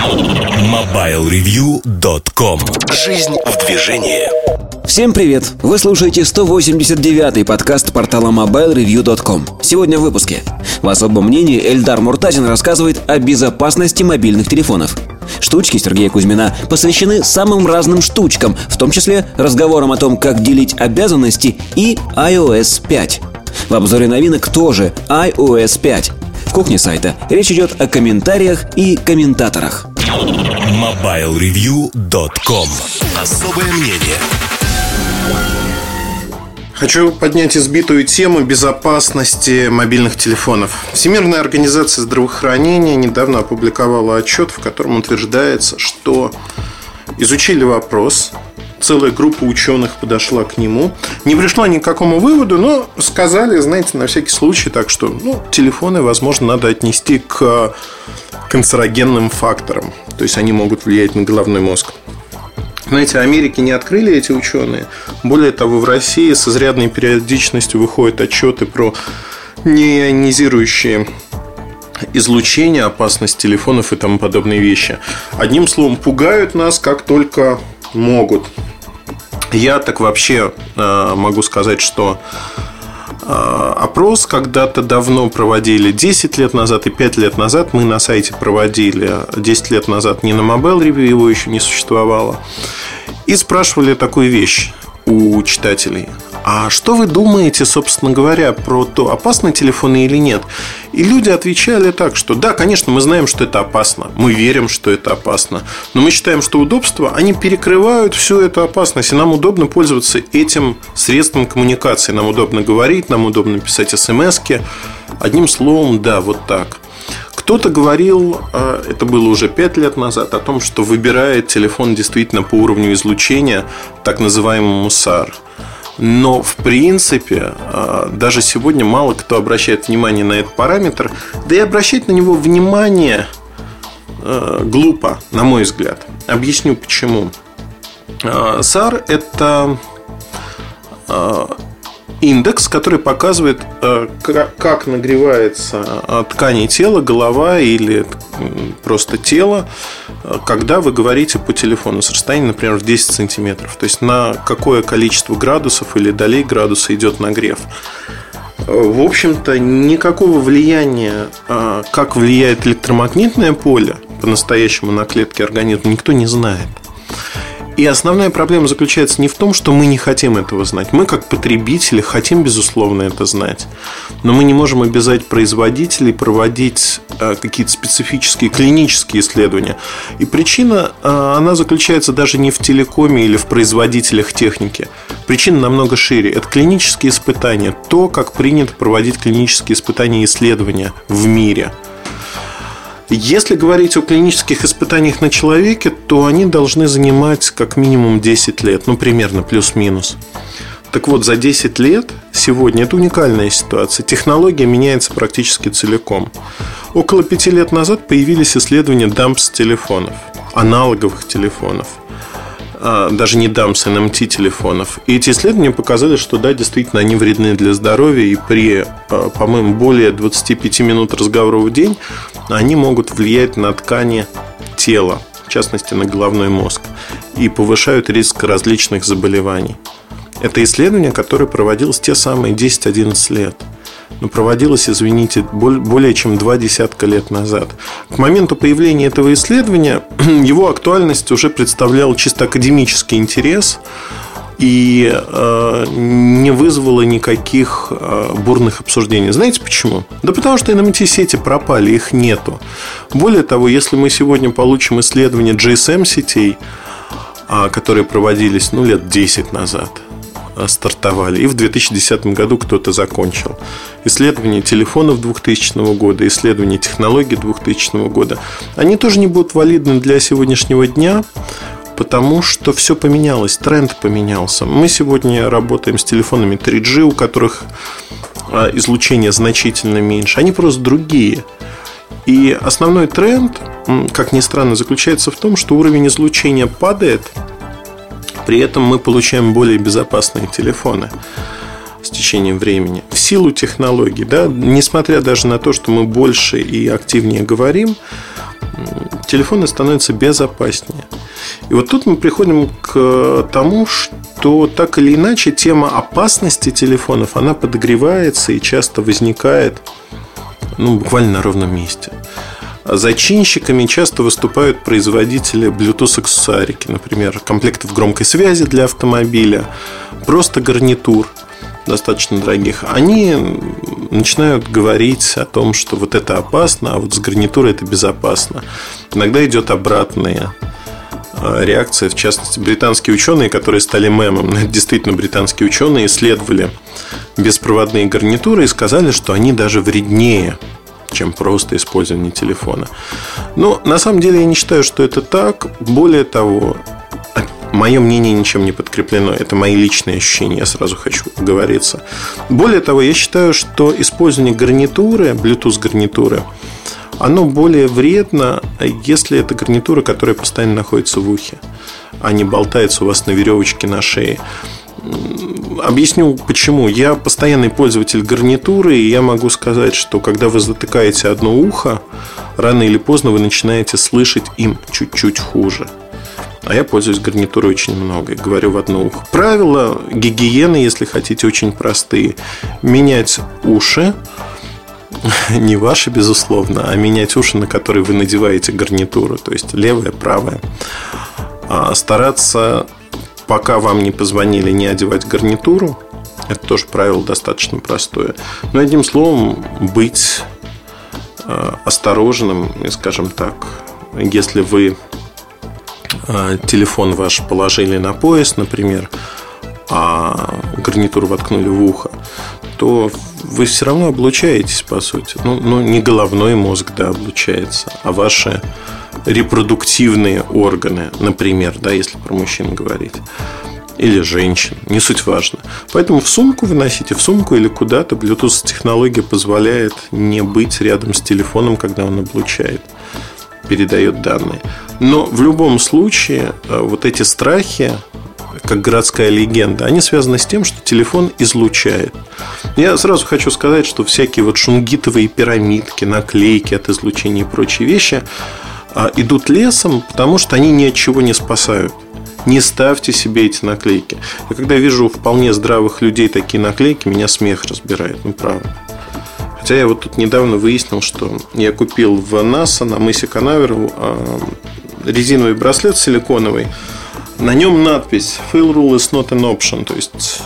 MobileReview.com. Жизнь в движении. Всем привет! Вы слушаете 189-й подкаст портала MobileReview.com. Сегодня в выпуске. В особом мнении Эльдар Муртазин рассказывает о безопасности мобильных телефонов. Штучки Сергея Кузьмина посвящены самым разным штучкам, в том числе разговорам о том, как делить обязанности, и iOS 5. В обзоре новинок тоже iOS 5. В кухне сайта речь идет о комментариях и комментаторах. MobileReview.com. Особое мнение. Хочу поднять избитую тему безопасности мобильных телефонов. Всемирная организация здравоохранения недавно опубликовала отчет, в котором утверждается, что изучили вопрос, целая группа ученых подошла к нему, не пришла ни к какому выводу, но сказали, знаете, на всякий случай, так что телефоны, возможно, надо отнести к канцерогенным факторам. То есть они могут влиять на головной мозг. Знаете, Америки не открыли эти ученые. Более того, в России с изрядной периодичностью выходят отчеты про неионизирующие излучение, опасность телефонов и тому подобные вещи. Одним словом, пугают нас как только могут. Я так вообще могу сказать, что опрос когда-то давно проводили 10 лет назад и 5 лет назад. Мы на сайте проводили 10 лет назад, не на Mobile Review, его еще не существовало. И спрашивали такую вещь у читателей: а что вы думаете, собственно говоря, про то, опасны телефоны или нет? И люди отвечали так, что да, конечно, мы знаем, что это опасно, мы верим, что это опасно, но мы считаем, что удобства, они перекрывают всю эту опасность, и нам удобно пользоваться этим средством коммуникации. Нам удобно говорить, нам удобно писать смс-ки. Одним словом, да, вот так. Кто-то говорил, это было уже 5 лет назад, о том, что выбирает телефон действительно по уровню излучения, так называемому SAR. Но, в принципе, даже сегодня мало кто обращает внимание на этот параметр. Да и обращать на него внимание глупо, на мой взгляд. Объясню почему. SAR – это индекс, который показывает, как нагревается ткань тела, голова или просто тело, когда вы говорите по телефону с расстояния, например, в 10 сантиметров. То есть на какое количество градусов или долей градуса идет нагрев. В общем-то, никакого влияния, как влияет электромагнитное поле по-настоящему на клетки организма, никто не знает. И основная проблема заключается не в том, что мы не хотим этого знать. Мы, как потребители, хотим, безусловно, это знать. Но мы не можем обязать производителей проводить какие-то специфические клинические исследования. И причина, она заключается даже не в телекоме или в производителях техники. Причина намного шире. Это клинические испытания. То, как принято проводить клинические испытания и исследования в мире. Если говорить о клинических испытаниях на человеке, то они должны занимать как минимум 10 лет, примерно плюс-минус. Так вот, за 10 лет сегодня это уникальная ситуация. Технология меняется практически целиком. Около 5 лет назад появились исследования дампс-телефонов, аналоговых телефонов. Даже не дампс, а NMT телефонов. И эти исследования показали, что да, действительно, они вредны для здоровья. И при, по-моему, более 25 минут разговора в день они могут влиять на ткани тела, в частности, на головной мозг, и повышают риск различных заболеваний. Это исследование, которое проводилось те самые 10-11 лет. Но проводилось, извините, более чем 20 лет назад. К моменту появления этого исследования его актуальность уже представляла чисто академический интерес и не вызвала никаких бурных обсуждений. Знаете почему? Да потому что NMT-сети пропали, их нету. Более того, если мы сегодня получим исследования GSM-сетей, которые проводились лет 10 назад, стартовали, и в 2010 году кто-то закончил. Исследования телефонов 2000 года, исследования технологий 2000 года, они тоже не будут валидны для сегодняшнего дня, потому что все поменялось, тренд поменялся. Мы сегодня работаем с телефонами 3G, у которых излучение значительно меньше, они просто другие. И основной тренд, как ни странно, заключается в том, что уровень излучения падает. При этом мы получаем более безопасные телефоны с течением времени в силу технологий, да, несмотря даже на то, что мы больше и активнее говорим, телефоны становятся безопаснее. И вот тут мы приходим к тому, что так или иначе тема опасности телефонов, она подогревается и часто возникает буквально на ровном месте. Зачинщиками часто выступают производители Bluetooth-аксессуарики, например, комплектов громкой связи для автомобиля, просто гарнитур достаточно дорогих. Они начинают говорить о том, что вот это опасно, а вот с гарнитурой это безопасно. Иногда идет обратная реакция. В частности, британские ученые, которые стали мемом, это действительно британские ученые, исследовали беспроводные гарнитуры и сказали, что они даже вреднее, чем просто использование телефона. Но на самом деле я не считаю, что это так. Более того, мое мнение ничем не подкреплено. Это мои личные ощущения, я сразу хочу оговориться. Более того, я считаю, что использование гарнитуры, Bluetooth гарнитуры, оно более вредно, если это гарнитура, которая постоянно находится в ухе, а не болтается у вас на веревочке на шее. Объясню почему. Я постоянный пользователь гарнитуры, и я могу сказать, что когда вы затыкаете одно ухо, рано или поздно вы начинаете слышать им чуть-чуть хуже. А я пользуюсь гарнитурой очень много и говорю в одно ухо. Правила гигиены, если хотите, очень простые. Менять уши, не ваши, безусловно, а менять уши, на которые вы надеваете гарнитуру, то есть левое, правое. Стараться, пока вам не позвонили, не одевать гарнитуру. Это тоже правило достаточно простое. Но одним словом, быть осторожным, скажем так. Если вы телефон ваш положили на пояс, например, а гарнитуру воткнули в ухо, то вы все равно облучаетесь, по сути. Не головной мозг, да, облучается, а ваши репродуктивные органы, например, да, если про мужчин говорить, или женщин, не суть важно. Поэтому в сумку вы носите, в сумку или куда-то. Bluetooth-технология позволяет не быть рядом с телефоном, когда он облучает, передает данные. Но в любом случае вот эти страхи, как городская легенда, они связаны с тем, что телефон излучает. Я сразу хочу сказать, что всякие вот шунгитовые пирамидки, наклейки от излучения и прочие вещи идут лесом, потому что они ни от чего не спасают. Не ставьте себе эти наклейки. Я когда вижу вполне здравых людей такие наклейки, меня смех разбирает, правда. Хотя я вот тут недавно выяснил, что я купил в NASA на мысе Канаверал резиновый браслет силиконовый. На нем надпись "Fail rule is not an option", то есть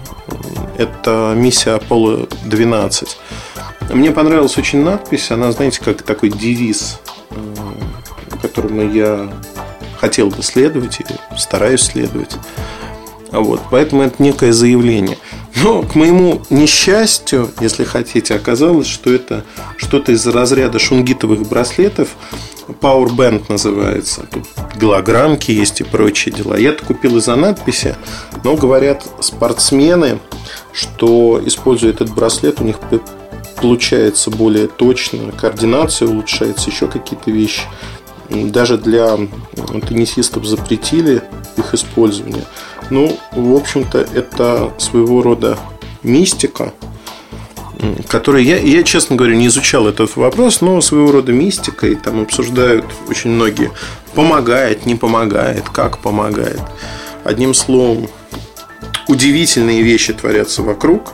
это миссия Аполло 12. Мне понравилась очень надпись. Она, знаете, как такой девиз, которому я хотел бы следовать и стараюсь следовать. Поэтому это некое заявление. Но, к моему несчастью, если хотите, оказалось, что это что-то из разряда шунгитовых браслетов. Powerband называется. Тут голограммки есть и прочие дела. Я-то купил из-за надписи. Но говорят спортсмены, что, используя этот браслет, у них получается более точно, координация улучшается, еще какие-то вещи. Даже для теннисистов запретили их использование. В общем-то, это своего рода мистика, которую я, честно говоря, не изучал этот вопрос, но своего рода мистика, и там обсуждают очень многие. Помогает, не помогает, как помогает. Одним словом, удивительные вещи творятся вокруг.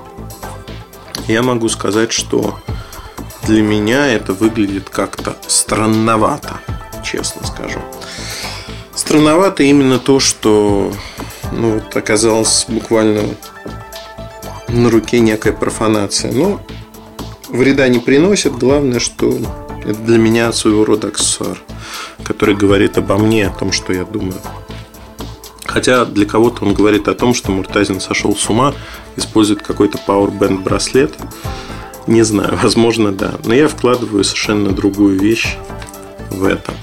Я могу сказать, что для меня это выглядит как-то странновато, честно скажу. Странновато именно то, что оказалось буквально на руке некая профанация. Но вреда не приносит. Главное, что это для меня своего рода аксессуар, который говорит обо мне, о том, что я думаю. Хотя для кого-то он говорит о том, что Муртазин сошел с ума, использует какой-то Powerband браслет. Не знаю, возможно, да. Но я вкладываю совершенно другую вещь в это.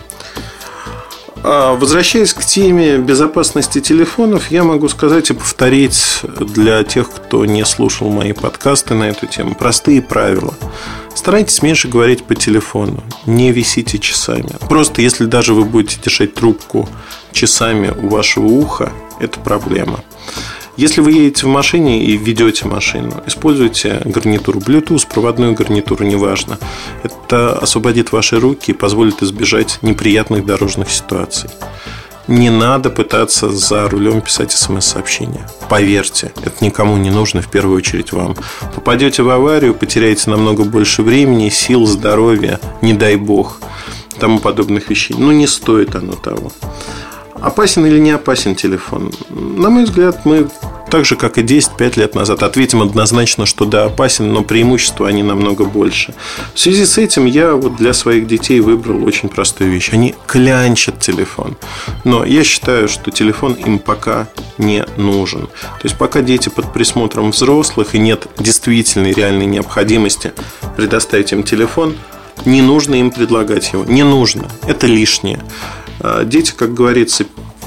Возвращаясь к теме безопасности телефонов, я могу сказать и повторить для тех, кто не слушал мои подкасты на эту тему, простые правила. Старайтесь меньше говорить по телефону, не висите часами. Просто если даже вы будете держать трубку часами у вашего уха, это проблема. Если вы едете в машине и ведете машину, используйте гарнитуру Bluetooth, проводную гарнитуру, неважно. Это освободит ваши руки и позволит избежать неприятных дорожных ситуаций. Не надо пытаться за рулем писать смс-сообщения. Поверьте, это никому не нужно, в первую очередь вам. Попадете в аварию, потеряете намного больше времени, сил, здоровья, не дай бог, тому подобных вещей. Не стоит оно того. Опасен или не опасен телефон? На мой взгляд, мы так же, как и 10-5 лет назад, ответим однозначно, что да, опасен, но преимущества они намного больше. В связи с этим я для своих детей выбрал очень простую вещь. Они клянчат телефон. Но я считаю, что телефон им пока не нужен. То есть пока дети под присмотром взрослых и нет действительной реальной необходимости предоставить им телефон, не нужно им предлагать его. Не нужно. Это лишнее. Дети, как говорится,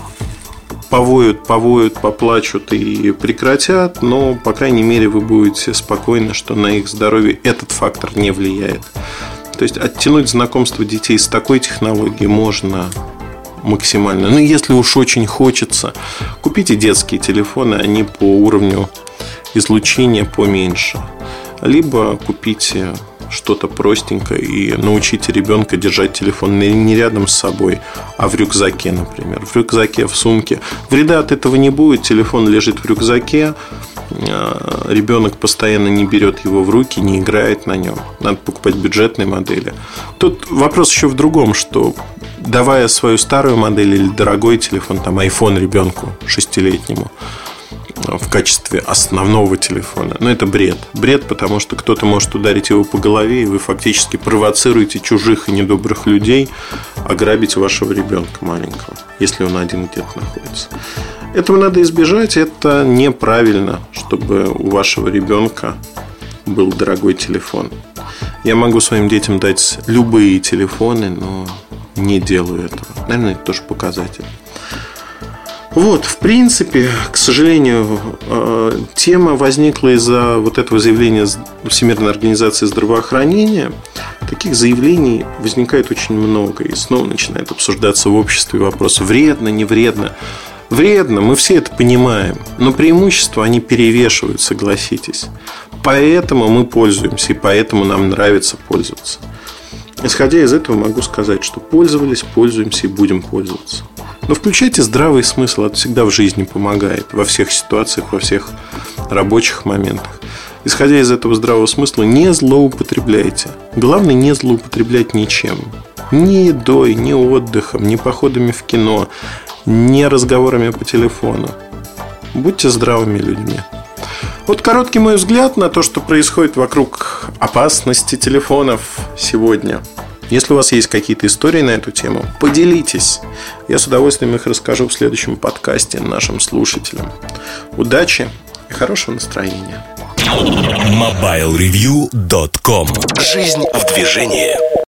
повоют, поплачут и прекратят, но, по крайней мере, вы будете спокойны, что на их здоровье этот фактор не влияет. То есть оттянуть знакомство детей с такой технологией можно максимально. Но если уж очень хочется, купите детские телефоны, они по уровню излучения поменьше. Либо купите что-то простенькое и научите ребенка держать телефон не рядом с собой, а в рюкзаке, например. В рюкзаке, в сумке. Вреда от этого не будет. Телефон лежит в рюкзаке. Ребенок постоянно не берет его в руки, не играет на нем. Надо покупать бюджетные модели. Тут вопрос еще в другом, что давая свою старую модель или дорогой телефон, там iPhone ребенку 6-летнему в качестве основного телефона, это бред. Бред, потому что кто-то может ударить его по голове, и вы фактически провоцируете чужих и недобрых людей ограбить вашего ребенка маленького, если он один где-то находится. Этого надо избежать. Это неправильно, чтобы у вашего ребенка был дорогой телефон. Я могу своим детям дать любые телефоны, но не делаю этого. Наверное, это тоже показатель. В принципе, к сожалению, тема возникла из-за этого заявления Всемирной организации здравоохранения. Таких заявлений возникает очень много. И снова начинает обсуждаться в обществе вопрос: вредно, не вредно. Вредно, мы все это понимаем. Но преимущества, они перевешивают, согласитесь. Поэтому мы пользуемся, и поэтому нам нравится пользоваться. Исходя из этого, могу сказать, что пользовались, пользуемся и будем пользоваться. Но включайте здравый смысл, это всегда в жизни помогает. Во всех ситуациях, во всех рабочих моментах. Исходя из этого здравого смысла, не злоупотребляйте. Главное, не злоупотреблять ничем. Ни едой, ни отдыхом, ни походами в кино, ни разговорами по телефону. Будьте здравыми людьми. Короткий мой взгляд на то, что происходит вокруг опасности телефонов сегодня. Если у вас есть какие-то истории на эту тему, поделитесь. Я с удовольствием их расскажу в следующем подкасте нашим слушателям. Удачи и хорошего настроения. MobileReview.com. Жизнь в движении.